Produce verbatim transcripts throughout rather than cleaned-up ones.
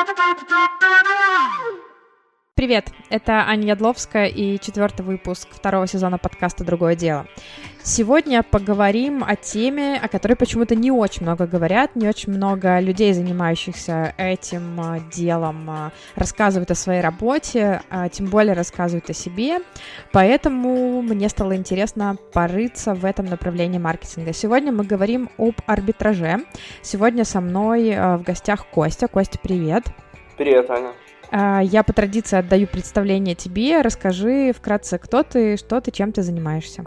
Привет, это Аня Ядловская и четвертый выпуск второго сезона подкаста «Другое дело». Сегодня поговорим о теме, о которой почему-то не очень много говорят, не очень много людей, занимающихся этим делом, рассказывают о своей работе, тем более рассказывают о себе, поэтому мне стало интересно порыться в этом направлении маркетинга. Сегодня мы говорим об арбитраже. Сегодня со мной в гостях Костя. Костя, привет. Привет, Аня. Я по традиции отдаю представление тебе. Расскажи вкратце, кто ты, что ты, чем ты занимаешься.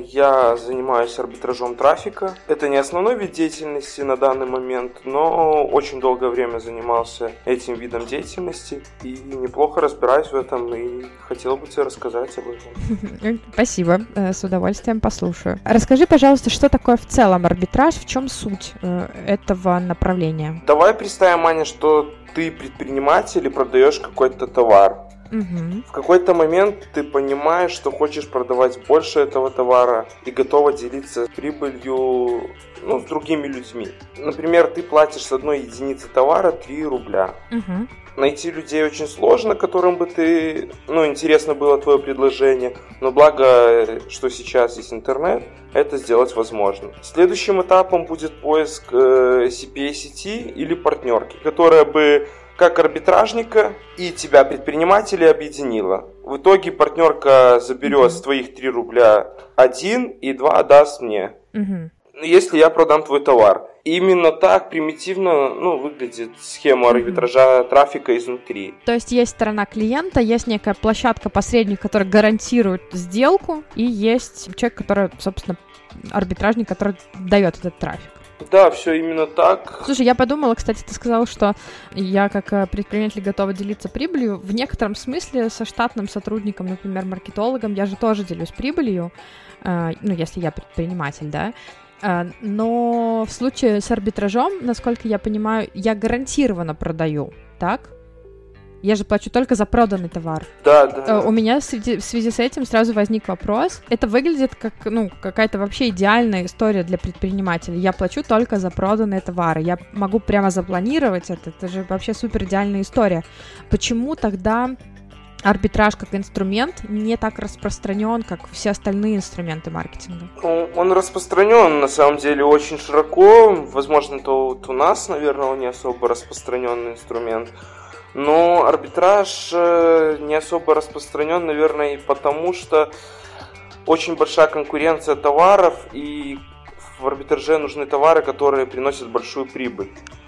Я занимаюсь арбитражом трафика. Это не основной вид деятельности на данный момент, но очень долгое время занимался этим видом деятельности и неплохо разбираюсь в этом и хотел бы тебе рассказать об этом. Спасибо, с удовольствием послушаю. Расскажи, пожалуйста, что такое в целом арбитраж, в чем суть этого направления? Давай представим, Аня, что ты предприниматель и продаешь какой-то товар. Угу. В какой-то момент ты понимаешь, что хочешь продавать больше этого товара и готова делиться прибылью, ну, с другими людьми. Например, ты платишь с одной единицы товара три рубля. Угу. Найти людей очень сложно, которым бы ты, ну, интересно было твое предложение, но благо, что сейчас есть интернет, это сделать возможно. Следующим этапом будет поиск э, си пи эй-сети или партнерки, которая бы как арбитражника и тебя, предпринимателя, объединила. В итоге партнерка заберет mm-hmm. с твоих три рубля один и два даст мне. Mm-hmm. Если я продам твой товар. Именно так примитивно, ну, выглядит схема арбитража mm-hmm. трафика изнутри. То есть есть сторона клиента, есть некая площадка-посредник, который гарантирует сделку, и есть человек, который, собственно, арбитражник, который дает этот трафик. Да, все именно так. Слушай, я подумала, кстати, ты сказал, что я как предприниматель готова делиться прибылью. В некотором смысле со штатным сотрудником, например, маркетологом, я же тоже делюсь прибылью, ну, если я предприниматель, да. Но в случае с арбитражом, насколько я понимаю, я гарантированно продаю, так? Я же плачу только за проданный товар. Да, да. У меня в связи, в связи с этим сразу возник вопрос. Это выглядит как, ну, какая-то вообще идеальная история для предпринимателя. Я плачу только за проданные товары. Я могу прямо запланировать это. Это же вообще супер идеальная история. Почему тогда арбитраж как инструмент не так распространен, как все остальные инструменты маркетинга? Он распространен, на самом деле, очень широко. Возможно, то вот у нас, наверное, он не особо распространенный инструмент. Но арбитраж не особо распространен, наверное, и потому, что очень большая конкуренция товаров, и в арбитраже нужны товары, которые приносят большую прибыль.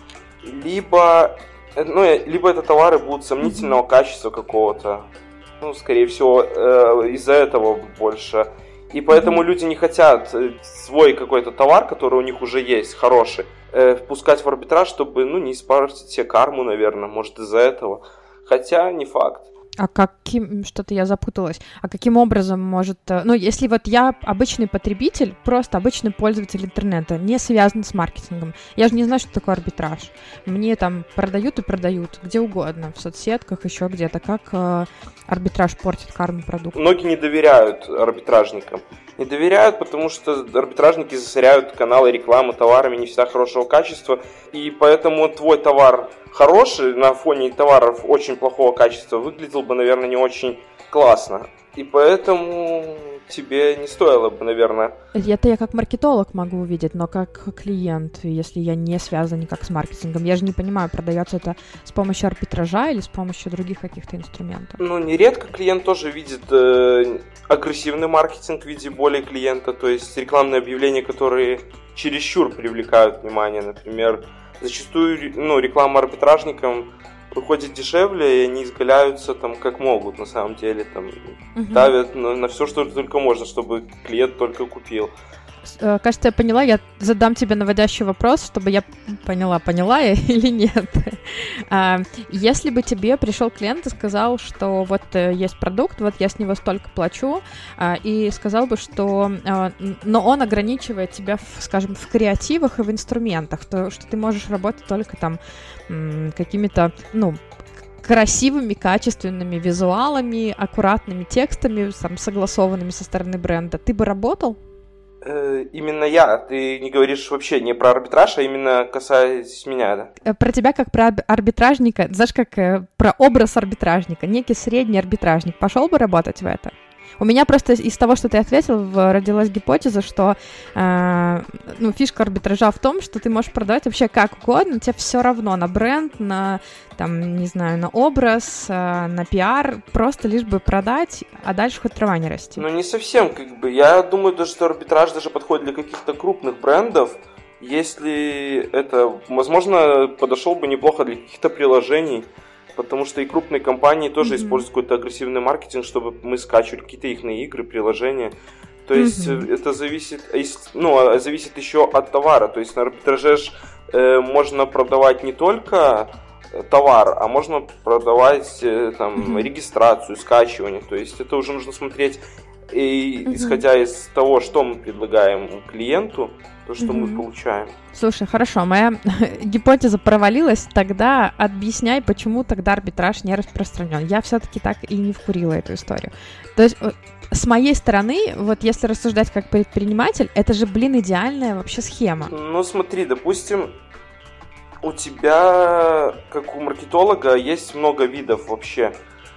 Либо, ну, либо это товары будут сомнительного качества какого-то, ну, скорее всего, из-за этого больше. И поэтому mm-hmm. люди не хотят свой какой-то товар, который у них уже есть, хороший, э, впускать в арбитраж, чтобы, ну, не испортить себе карму, наверное, может, из-за этого. Хотя не факт. А каким, что-то я запуталась, а каким образом может, ну, если вот я обычный потребитель, просто обычный пользователь интернета, не связан с маркетингом, я же не знаю, что такое арбитраж. Мне там продают и продают, где угодно, в соцсетках, еще где-то. Как э, арбитраж портит карму продукта? Многие не доверяют арбитражникам. Не доверяют, потому что арбитражники засоряют каналы рекламы товарами не всегда хорошего качества, и поэтому твой товар хороший на фоне товаров очень плохого качества выглядел бы, наверное, не очень классно. И поэтому тебе не стоило бы, наверное... Это я как маркетолог могу увидеть, но как клиент, если я не связан никак с маркетингом, я же не понимаю, продается это с помощью арбитража или с помощью других каких-то инструментов. Ну, нередко клиент тоже видит э, агрессивный маркетинг в виде боли клиента, то есть рекламные объявления, которые чересчур привлекают внимание, например, зачастую, ну, реклама арбитражникам выходит дешевле, и они изгаляются там как могут, на самом деле, там, угу. давят на, на все, что только можно, чтобы клиент только купил. Кажется, я поняла, я задам тебе наводящий вопрос, чтобы я поняла, поняла я или нет. Если бы тебе пришел клиент и сказал, что вот есть продукт, вот я с него столько плачу, и сказал бы, что... Но он ограничивает тебя, в, скажем, в креативах и в инструментах, то, что ты можешь работать только там какими-то, ну, красивыми, качественными визуалами, аккуратными текстами, там, согласованными со стороны бренда. Ты бы работал? Э, именно я. Ты не говоришь вообще не про арбитраж, а именно касаясь меня, да? Про тебя как про арбитражника, знаешь, как э, про образ арбитражника, некий средний арбитражник. Пошел бы работать в это? У меня просто из того, что ты ответил, родилась гипотеза, что э, ну, фишка арбитража в том, что ты можешь продавать вообще как угодно, тебе все равно на бренд, на, там, не знаю, на образ, э, на пиар, просто лишь бы продать, а дальше хоть трава не расти. Ну, не совсем, как бы. Я думаю, даже, что арбитраж даже подходит для каких-то крупных брендов, если это, возможно, подошел бы неплохо для каких-то приложений. Потому что и крупные компании тоже mm-hmm. используют какой-то агрессивный маркетинг, чтобы мы скачивали какие-то их игры, приложения. То есть mm-hmm. это зависит, ну, зависит еще от товара. То есть на арбитраже э, можно продавать не только товар, а можно продавать э, там, mm-hmm. регистрацию, скачивание. То есть это уже нужно смотреть, и, mm-hmm. исходя из того, что мы предлагаем клиенту, то, что mm-hmm. мы получаем. Слушай, хорошо, моя гипотеза провалилась, тогда объясняй, почему тогда арбитраж не распространен. Я все-таки так и не вкурила эту историю. То есть, с моей стороны, вот если рассуждать как предприниматель, это же, блин, идеальная вообще схема. Ну, смотри, допустим, у тебя, как у маркетолога, есть много видов вообще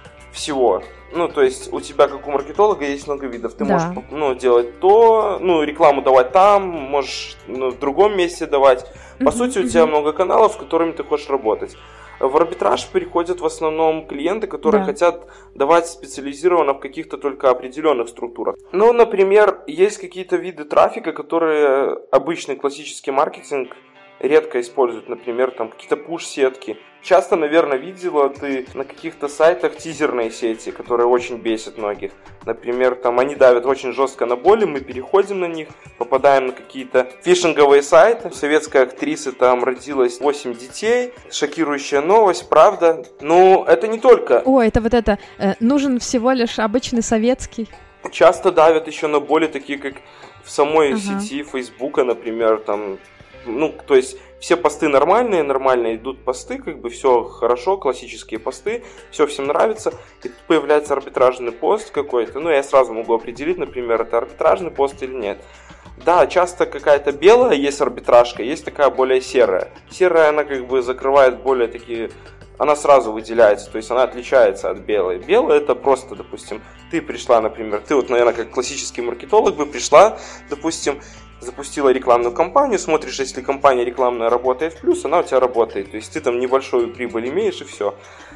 всего. Ну, то есть у тебя, как у маркетолога, есть много видов. Ты да. можешь ну, делать то, ну, рекламу давать там, можешь ну, в другом месте давать. По mm-hmm. сути, у тебя mm-hmm. много каналов, с которыми ты хочешь работать. В арбитраж приходят в основном клиенты, которые да. хотят давать специализированно в каких-то только определенных структурах. Ну, например, есть какие-то виды трафика, которые обычный классический маркетинг редко используют, например, там какие-то пуш-сетки. Часто, наверное, видела ты на каких-то сайтах тизерные сети, которые очень бесят многих. Например, там они давят очень жестко на боли, мы переходим на них, попадаем на какие-то фишинговые сайты. Советская актриса там родилась восемь детей, шокирующая новость, правда. Но это не только. О, это вот это, э, нужен всего лишь обычный советский. Часто давят еще на боли, такие как в самой ага. сети Фейсбука, например, там. Ну, то есть все посты нормальные, нормально идут посты, как бы все хорошо, классические посты, все всем нравится, и тут появляется арбитражный пост какой-то, ну, я сразу могу определить, например, это арбитражный пост или нет. Да, часто какая-то белая есть арбитражка, есть такая более серая. Серая, она как бы закрывает более такие... Она сразу выделяется, то есть она отличается от белой. Белая это просто, допустим, ты пришла, например, ты вот, наверное, как классический маркетолог бы пришла, допустим, запустила рекламную кампанию, смотришь, если компания рекламная работает в плюс, она у тебя работает. То есть ты там небольшую прибыль имеешь и все.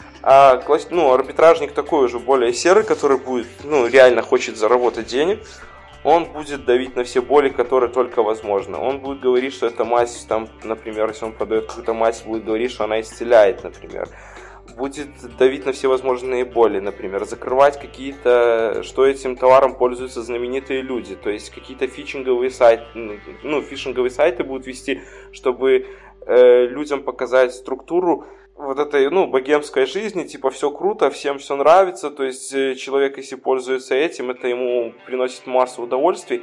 А класс... ну, арбитражник такой уже более серый, который будет, ну, реально хочет заработать денег, он будет давить на все боли, которые только возможно. Он будет говорить, что эта мазь, там, например, если он продает какую-то мазь, будет говорить, что она исцеляет, например. Будет давить на все возможные боли, например, закрывать какие-то, что этим товаром пользуются знаменитые люди, то есть какие-то фишинговые сайты, ну, фишинговые сайты будут вести, чтобы э, людям показать структуру вот этой, ну, богемской жизни, типа все круто, всем все нравится, то есть человек, если пользуется этим, это ему приносит массу удовольствий.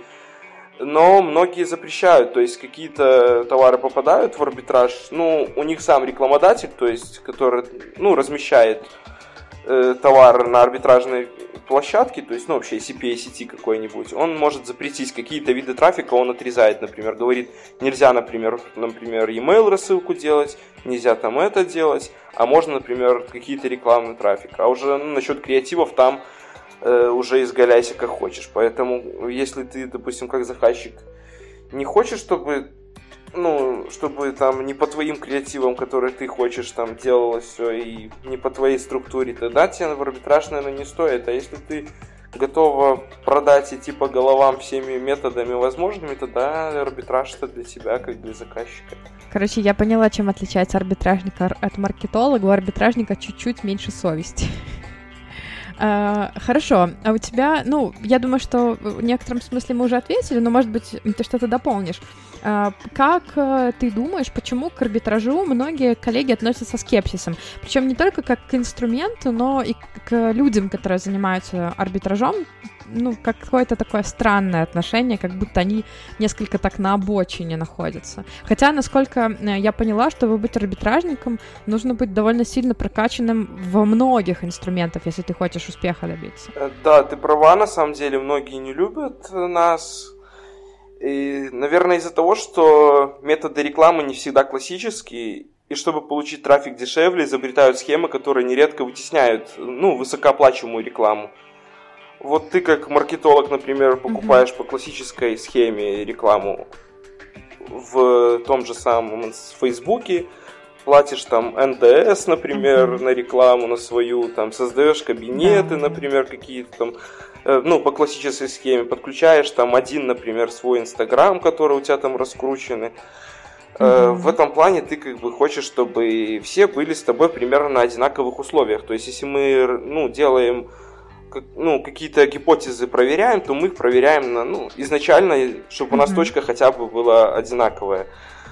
Но многие запрещают, то есть какие-то товары попадают в арбитраж, ну, у них сам рекламодатель, то есть, который, ну, размещает э, товар на арбитражной площадке, то есть, ну, вообще си пи эй сети какой-нибудь, он может запретить какие-то виды трафика, он отрезает, например, говорит, нельзя, например, например, e-mail рассылку делать, нельзя там это делать, а можно, например, какие-то рекламный трафик, а уже ну, насчет креативов там уже изгаляйся как хочешь. Поэтому, если ты, допустим, как заказчик не хочешь, чтобы, ну, чтобы там не по твоим креативам, которые ты хочешь, там делалось все и не по твоей структуре, тогда тебе в арбитраж, наверное, не стоит. А если ты готова продать идти по головам всеми методами возможными, тогда арбитраж это для тебя, как для заказчика. Короче, я поняла, чем отличается арбитражник от маркетолога. У арбитражника чуть-чуть меньше совести. Uh, хорошо, а у тебя, ну, я думаю, что в некотором смысле мы уже ответили, но, может быть, ты что-то дополнишь. Uh, как uh, ты думаешь, почему к арбитражу многие коллеги относятся со скепсисом? Причем не только как к инструменту, но и к людям, которые занимаются арбитражом, ну, какое-то такое странное отношение, как будто они несколько так на обочине находятся. Хотя, насколько я поняла, чтобы быть арбитражником, нужно быть довольно сильно прокачанным во многих инструментах, если ты хочешь успеха добиться. Да, ты права, на самом деле, многие не любят нас. И, наверное, из-за того, что методы рекламы не всегда классические, и чтобы получить трафик дешевле, изобретают схемы, которые нередко вытесняют, ну, высокооплачиваемую рекламу. Вот ты как маркетолог, например, покупаешь mm-hmm. по классической схеме рекламу в том же самом Фейсбуке, платишь там эн дэ эс, например, mm-hmm. на рекламу, на свою, там, создаешь кабинеты, yeah. например, какие-то там, э, ну, по классической схеме, подключаешь там один, например, свой Инстаграм, который у тебя там раскручены. Э, mm-hmm. В этом плане ты как бы хочешь, чтобы все были с тобой примерно на одинаковых условиях. То есть, если мы, ну, делаем ну, какие-то гипотезы проверяем, то мы их проверяем на, ну, изначально, чтобы mm-hmm. у нас точка хотя бы была одинаковая.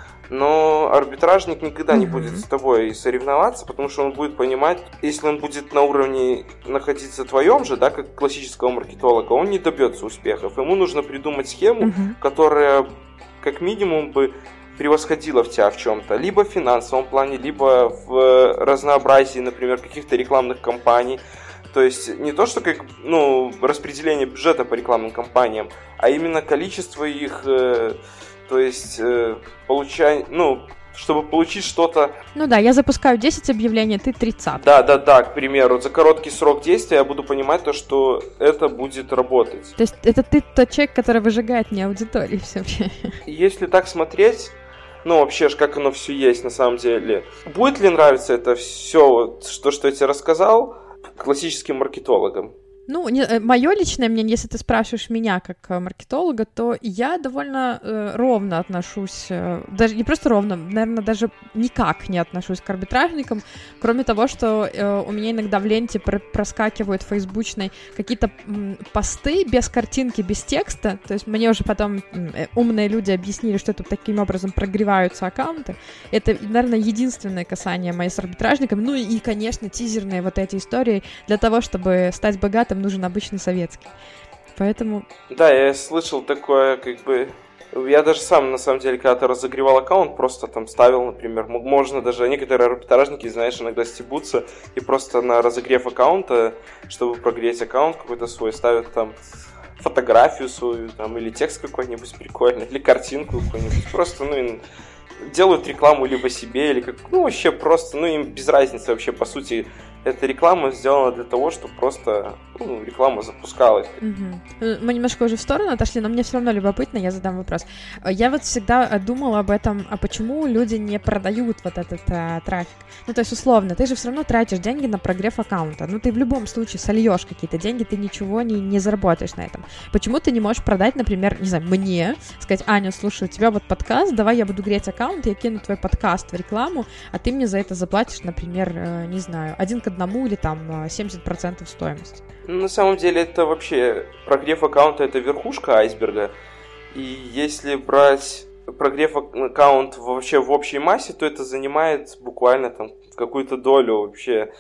Но арбитражник никогда mm-hmm. не будет с тобой соревноваться, потому что он будет понимать, если он будет на уровне находиться твоем же, да, как классического маркетолога, он не добьется успехов. Ему нужно придумать схему, mm-hmm. которая как минимум бы превосходила в тебя в чем-то, либо в финансовом плане, либо в разнообразии, например, каких-то рекламных кампаний. То есть не то, что как, ну, распределение бюджета по рекламным кампаниям, а именно количество их, э, то есть э, получай, ну, чтобы получить что-то... Ну да, я запускаю десять объявлений, ты тридцать. Да, да, да, к примеру, за короткий срок действия я буду понимать то, что это будет работать. То есть это ты тот человек, который выжигает мне аудиторию все вообще. Если так смотреть, ну вообще ж как оно все есть на самом деле. Будет ли нравиться это все, вот, что, что я тебе рассказал, классическим маркетологам? Ну, не, мое личное мнение, если ты спрашиваешь меня как маркетолога, то я довольно э, ровно отношусь, э, даже не просто ровно, наверное, даже никак не отношусь к арбитражникам, кроме того, что э, у меня иногда в ленте пр- проскакивают фейсбучные какие-то м, посты без картинки, без текста, то есть мне уже потом э, умные люди объяснили, что это таким образом прогреваются аккаунты. Это, наверное, единственное касание моей с арбитражниками. Ну и, конечно, тизерные вот эти истории для того, чтобы стать богатым, нужен обычный советский. Поэтому... Да, я слышал такое, как бы... Я даже сам, на самом деле, когда-то разогревал аккаунт, просто там ставил, например, можно даже... Некоторые арбитражники, знаешь, иногда стебутся и просто на разогрев аккаунта, чтобы прогреть аккаунт какой-то свой, ставят там фотографию свою, там, или текст какой-нибудь прикольный, или картинку какую-нибудь. Просто, ну, и делают рекламу либо себе, или как... Ну, вообще просто, ну, им без разницы вообще, по сути... Эта реклама сделана для того, чтобы просто, ну, реклама запускалась. Угу. Мы немножко уже в сторону отошли, но мне все равно любопытно, я задам вопрос. Я вот всегда думала об этом, а почему люди не продают вот этот а, трафик? Ну, то есть, условно, ты же все равно тратишь деньги на прогрев аккаунта. Ну, ты в любом случае сольешь какие-то деньги, ты ничего не, не заработаешь на этом. Почему ты не можешь продать, например, не знаю, мне, сказать: Аня, слушай, у тебя вот подкаст, давай я буду греть аккаунт, я кину твой подкаст в рекламу, а ты мне за это заплатишь, например, не знаю, один к одному или там семьдесят процентов стоимости. Ну, на самом деле это вообще прогрев аккаунта — это верхушка айсберга. И если брать прогрев аккаунт вообще в общей массе, то это занимает буквально там какую-то долю вообще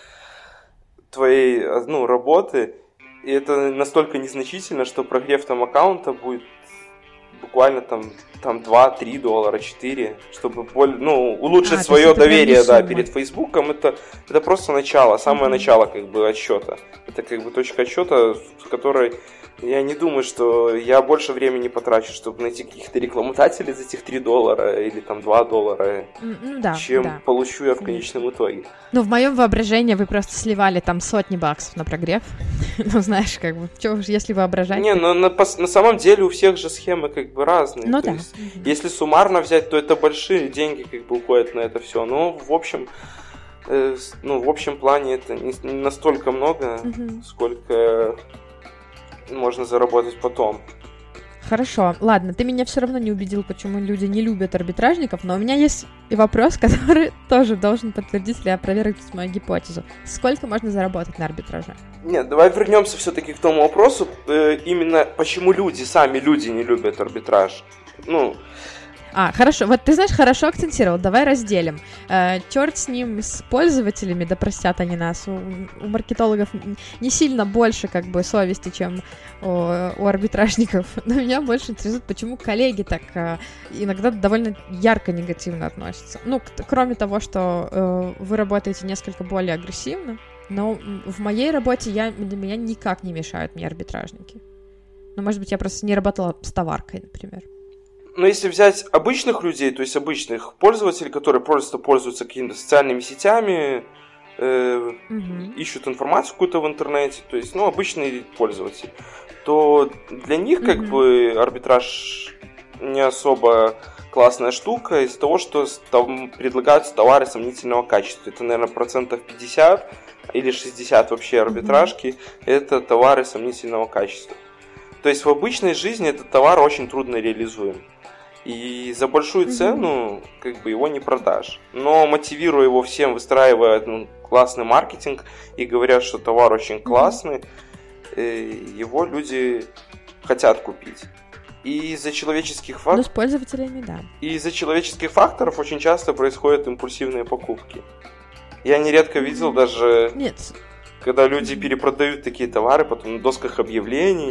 твоей, ну, работы. И это настолько незначительно, что прогрев там аккаунта будет буквально там, там два-три доллара, четыре, чтобы более, ну, улучшить а, свое доверие, да, перед Фейсбуком. Это, это просто начало, самое mm-hmm. начало как бы отсчета. Это как бы точка отсчета, в которой я не думаю, что я больше времени потрачу, чтобы найти каких-то рекламодателей за этих три доллара или там два доллара, mm, да, чем да. получу я в конечном итоге. Ну, в моем воображении вы просто сливали там сотни баксов на прогрев. Ну, знаешь, как бы, что уж, если воображать... Не, но на, на самом деле у всех же схемы как бы разные. Ну, то да. Есть, mm-hmm. если суммарно взять, то это большие деньги как бы уходят на это все. Но, в общем... Э, ну, в общем плане это не, не настолько много, mm-hmm. сколько... можно заработать потом. Хорошо, ладно, ты меня все равно не убедил, почему люди не любят арбитражников, но у меня есть и вопрос, который тоже должен подтвердить или опровергнуть мою гипотезу. Сколько можно заработать на арбитраже? Нет, давай вернемся все-таки к тому вопросу, э, именно почему люди, сами люди не любят арбитраж. Ну... А, хорошо, вот ты знаешь, хорошо акцентировал, давай разделим. Э, черт с ним, с пользователями, да простят они нас, у, у маркетологов не сильно больше как бы совести, чем у, у арбитражников, но меня больше интересует, почему коллеги так э, иногда довольно ярко негативно относятся. Ну, к- кроме того, что э, вы работаете несколько более агрессивно, но в моей работе я, для меня никак не мешают мне арбитражники. Ну, может быть, я просто не работала с товаркой, например. Но если взять обычных людей, то есть обычных пользователей, которые просто пользуются какими-то социальными сетями, э, угу. ищут информацию какую-то в интернете, то есть, ну, обычный пользователь, то для них, как угу. бы, арбитраж не особо классная штука из-за того, что там предлагаются товары сомнительного качества. Это, наверное, процентов пятьдесят или шестьдесят вообще арбитражки, mm-hmm. это товары сомнительного качества. То есть в обычной жизни этот товар очень трудно реализуем. И за большую mm-hmm. цену как бы его не продашь. Но мотивируя его всем, выстраивая ну, классный маркетинг и говоря, что товар очень классный, mm-hmm. его люди хотят купить. И из-за человеческих факторов... Ну, с пользователями, да. И из-за человеческих факторов очень часто происходят импульсивные покупки. Я нередко видел даже, Нет. когда люди перепродают такие товары потом на досках объявлений.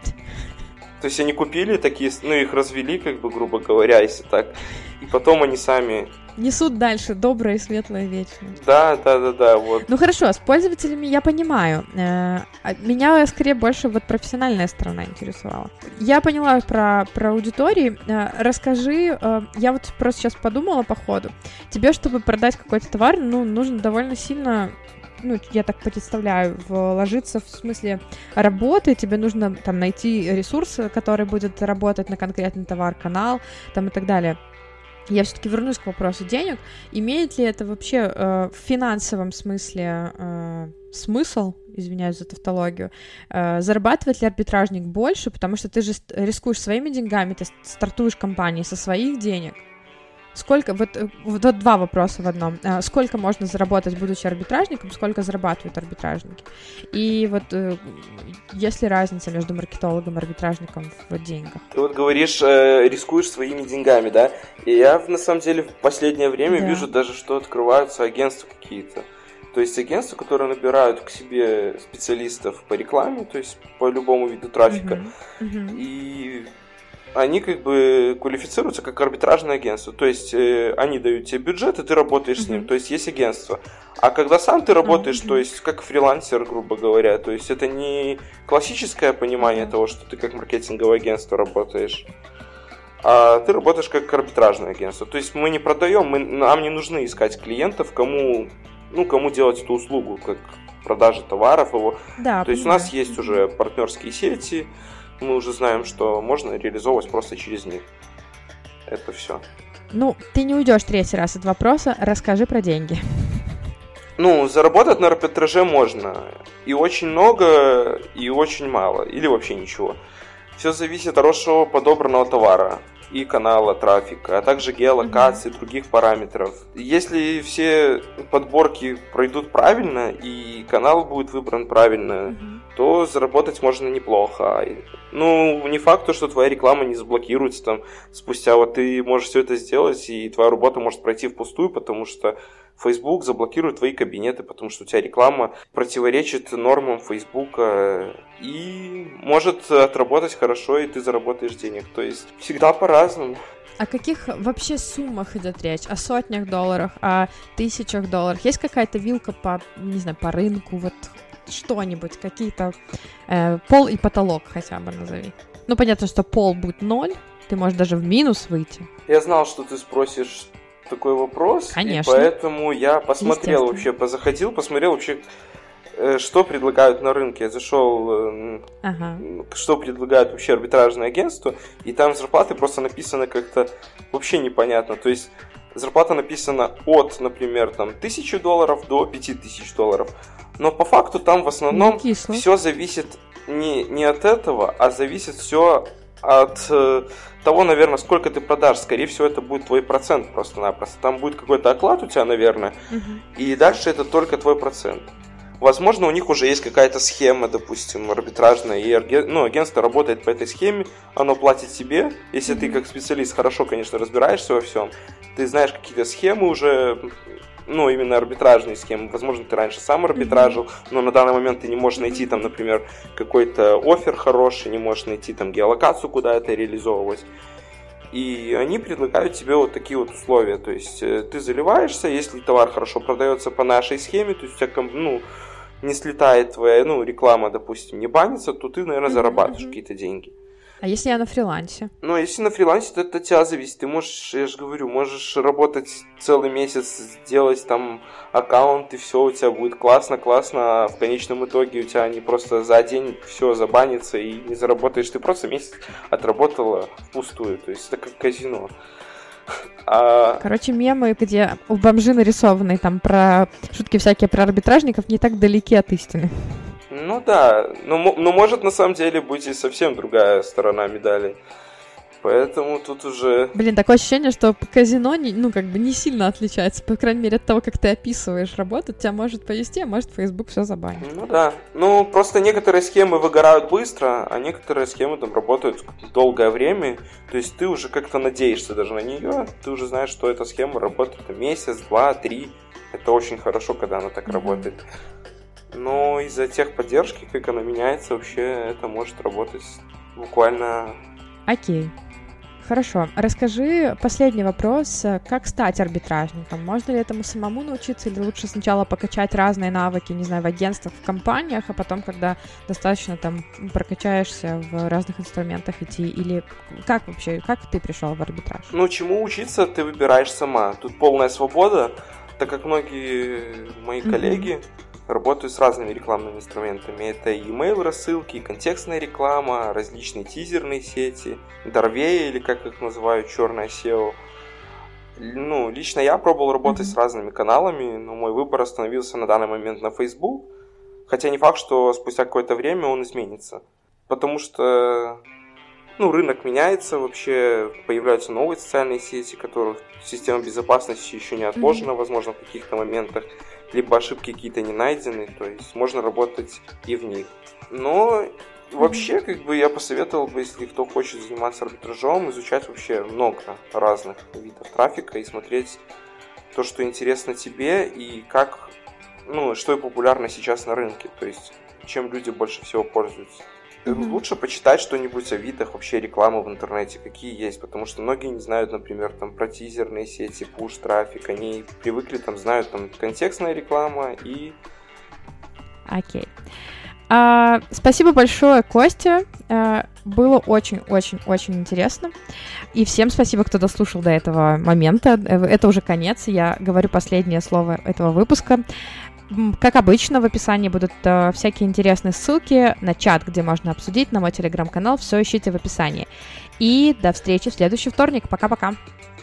То есть они купили такие, ну, их развели, как бы, грубо говоря, если так. И потом они сами... Несут дальше доброе, светлое, вечное. Да, да, да, да, вот. Ну хорошо, с пользователями я понимаю. Меня скорее больше вот профессиональная сторона интересовала. Я поняла про, про аудитории. Расскажи, я вот просто сейчас подумала по ходу. Тебе, чтобы продать какой-то товар, ну, нужно довольно сильно... ну, я так представляю, вложиться в смысле работы, тебе нужно там найти ресурс, который будет работать на конкретный товар, канал, там и так далее. Я все-таки вернусь к вопросу денег. Имеет ли это вообще э, в финансовом смысле э, смысл, извиняюсь за тавтологию, э, зарабатывает ли арбитражник больше, потому что ты же рискуешь своими деньгами, ты стартуешь компанией со своих денег. Сколько, вот, вот два вопроса в одном. Сколько можно заработать, будучи арбитражником, сколько зарабатывают арбитражники? И вот есть ли разница между маркетологом и арбитражником в деньгах? Ты вот говоришь, э, рискуешь своими деньгами, да? И я, на самом деле, в последнее время да. вижу даже, что открываются агентства какие-то. То есть агентства, которые набирают к себе специалистов по рекламе, то есть по любому виду трафика. Uh-huh. Uh-huh. И... они как бы квалифицируются как арбитражное агентство. То есть э, они дают тебе бюджет, и ты работаешь uh-huh. с ним. То есть есть агентство. А когда сам ты работаешь, uh-huh. то есть как фрилансер, грубо говоря, то есть это не классическое понимание uh-huh. того, что ты как маркетинговое агентство работаешь, а ты работаешь как арбитражное агентство. То есть мы не продаем, мы, нам не нужно искать клиентов, кому, ну, кому делать эту услугу, как продажа товаров его. Да, то есть понимаю. У нас есть уже партнерские сети, мы уже знаем, что можно реализовывать просто через них. Это все. Ну, ты не уйдешь третий раз от вопроса. Расскажи про деньги. Ну, заработать на арбитраже можно. И очень много, и очень мало. Или вообще ничего. Все зависит от хорошего подобранного товара и канала трафика, а также геолокации, mm-hmm. других параметров. Если все подборки пройдут правильно и канал будет выбран правильно, mm-hmm. то заработать можно неплохо. Ну, не факт, что твоя реклама не заблокируется там спустя. Вот ты можешь все это сделать, и твоя работа может пройти впустую, потому что Facebook заблокирует твои кабинеты, потому что у тебя реклама противоречит нормам Facebook и может отработать хорошо, и ты заработаешь денег. То есть всегда по-разному. О каких вообще суммах идет речь? О сотнях долларов, о тысячах долларов? Есть какая-то вилка по, не знаю, по рынку, вот что-нибудь, какие-то э, пол и потолок хотя бы назови. Ну, понятно, что пол будет ноль, ты можешь даже в минус выйти. Я знал, что ты спросишь такой вопрос, конечно. И поэтому я посмотрел вообще, позаходил, посмотрел вообще, что предлагают на рынке. Я зашел, ага. что предлагают вообще арбитражные агентства, и там зарплаты просто написаны как-то вообще непонятно. То есть зарплата написана от, например, там, тысячи долларов до пяти тысяч долларов. Но по факту там в основном все зависит не, не от этого, а зависит все от э, того, наверное, сколько ты продашь. Скорее всего, это будет твой процент просто-напросто. Там будет какой-то оклад у тебя, наверное, uh-huh. и дальше это только твой процент. Возможно, у них уже есть какая-то схема, допустим, арбитражная, и аген... ну, агентство работает по этой схеме, оно платит тебе. Если uh-huh. ты как специалист хорошо, конечно, разбираешься во всем, ты знаешь какие-то схемы уже, ну, именно арбитражные схемы. Возможно, ты раньше сам арбитражил, mm-hmm. но на данный момент ты не можешь найти там, например, какой-то оффер хороший, не можешь найти там геолокацию, куда это реализовывать. И они предлагают тебе вот такие вот условия. То есть ты заливаешься, если товар хорошо продается по нашей схеме, то есть у тебя, ну, не слетает твоя, ну, реклама, допустим, не банится, то ты, наверное, зарабатываешь mm-hmm. какие-то деньги. А если я на фрилансе? Ну, если на фрилансе, то это от тебя зависит. Ты можешь, я же говорю, можешь работать целый месяц, сделать там аккаунт, и все у тебя будет классно, классно, а в конечном итоге у тебя не просто за день все забанится и не заработаешь. Ты просто месяц отработала впустую. То есть это как казино. А... Короче, мемы, где у бомжи нарисованные там про шутки всякие про арбитражников, не так далеки от истины. Ну да, но, но может на самом деле быть и совсем другая сторона медали. Поэтому тут уже... Блин, такое ощущение, что казино не, ну, как бы не сильно отличается, по крайней мере, от того, как ты описываешь работу. Тебя может повести, а может Facebook все забанит. Ну да. Ну, просто некоторые схемы выгорают быстро, а некоторые схемы там работают долгое время. То есть ты уже как-то надеешься даже на нее. Ты уже знаешь, что эта схема работает месяц, два, три. Это очень хорошо, когда она так mm-hmm. работает. Но из-за техподдержки, как она меняется, вообще это может работать буквально... Окей. Хорошо. Расскажи последний вопрос. Как стать арбитражником? Можно ли этому самому научиться, или лучше сначала покачать разные навыки, не знаю, в агентствах, в компаниях, а потом, когда достаточно там прокачаешься в разных инструментах идти? Или как вообще, как ты пришел в арбитраж? Ну, чему учиться, ты выбираешь сама. Тут полная свобода, так как многие мои mm-hmm. коллеги работаю с разными рекламными инструментами. Это и email рассылки, и контекстная реклама, различные тизерные сети, Дарвея, или как их называют, черное сео. Ну, лично я пробовал работать mm-hmm. с разными каналами, но мой выбор остановился на данный момент на Facebook. Хотя не факт, что спустя какое-то время он изменится. Потому что ну, рынок меняется, вообще появляются новые социальные сети, которых система безопасности еще не отложена, mm-hmm. возможно, в каких-то моментах. Либо ошибки какие-то не найдены, то есть можно работать и в них. Но вообще, как бы я посоветовал бы, если кто хочет заниматься арбитражом, изучать вообще много разных видов трафика и смотреть то, что интересно тебе и как, ну, что и популярно сейчас на рынке, то есть чем люди больше всего пользуются. Mm-hmm. Лучше почитать что-нибудь о видах вообще рекламы в интернете, какие есть, потому что многие не знают, например, там про тизерные сети, пуш-трафик, они привыкли, там, знают, там, контекстная реклама и... Окей. Okay. А, спасибо большое, Костя. А, было очень-очень-очень интересно. И всем спасибо, кто дослушал до этого момента. Это уже конец, я говорю последнее слово этого выпуска. Как обычно, в описании будут э, всякие интересные ссылки на чат, где можно обсудить, на мой телеграм-канал. Все ищите в описании. И до встречи в следующий вторник. Пока-пока.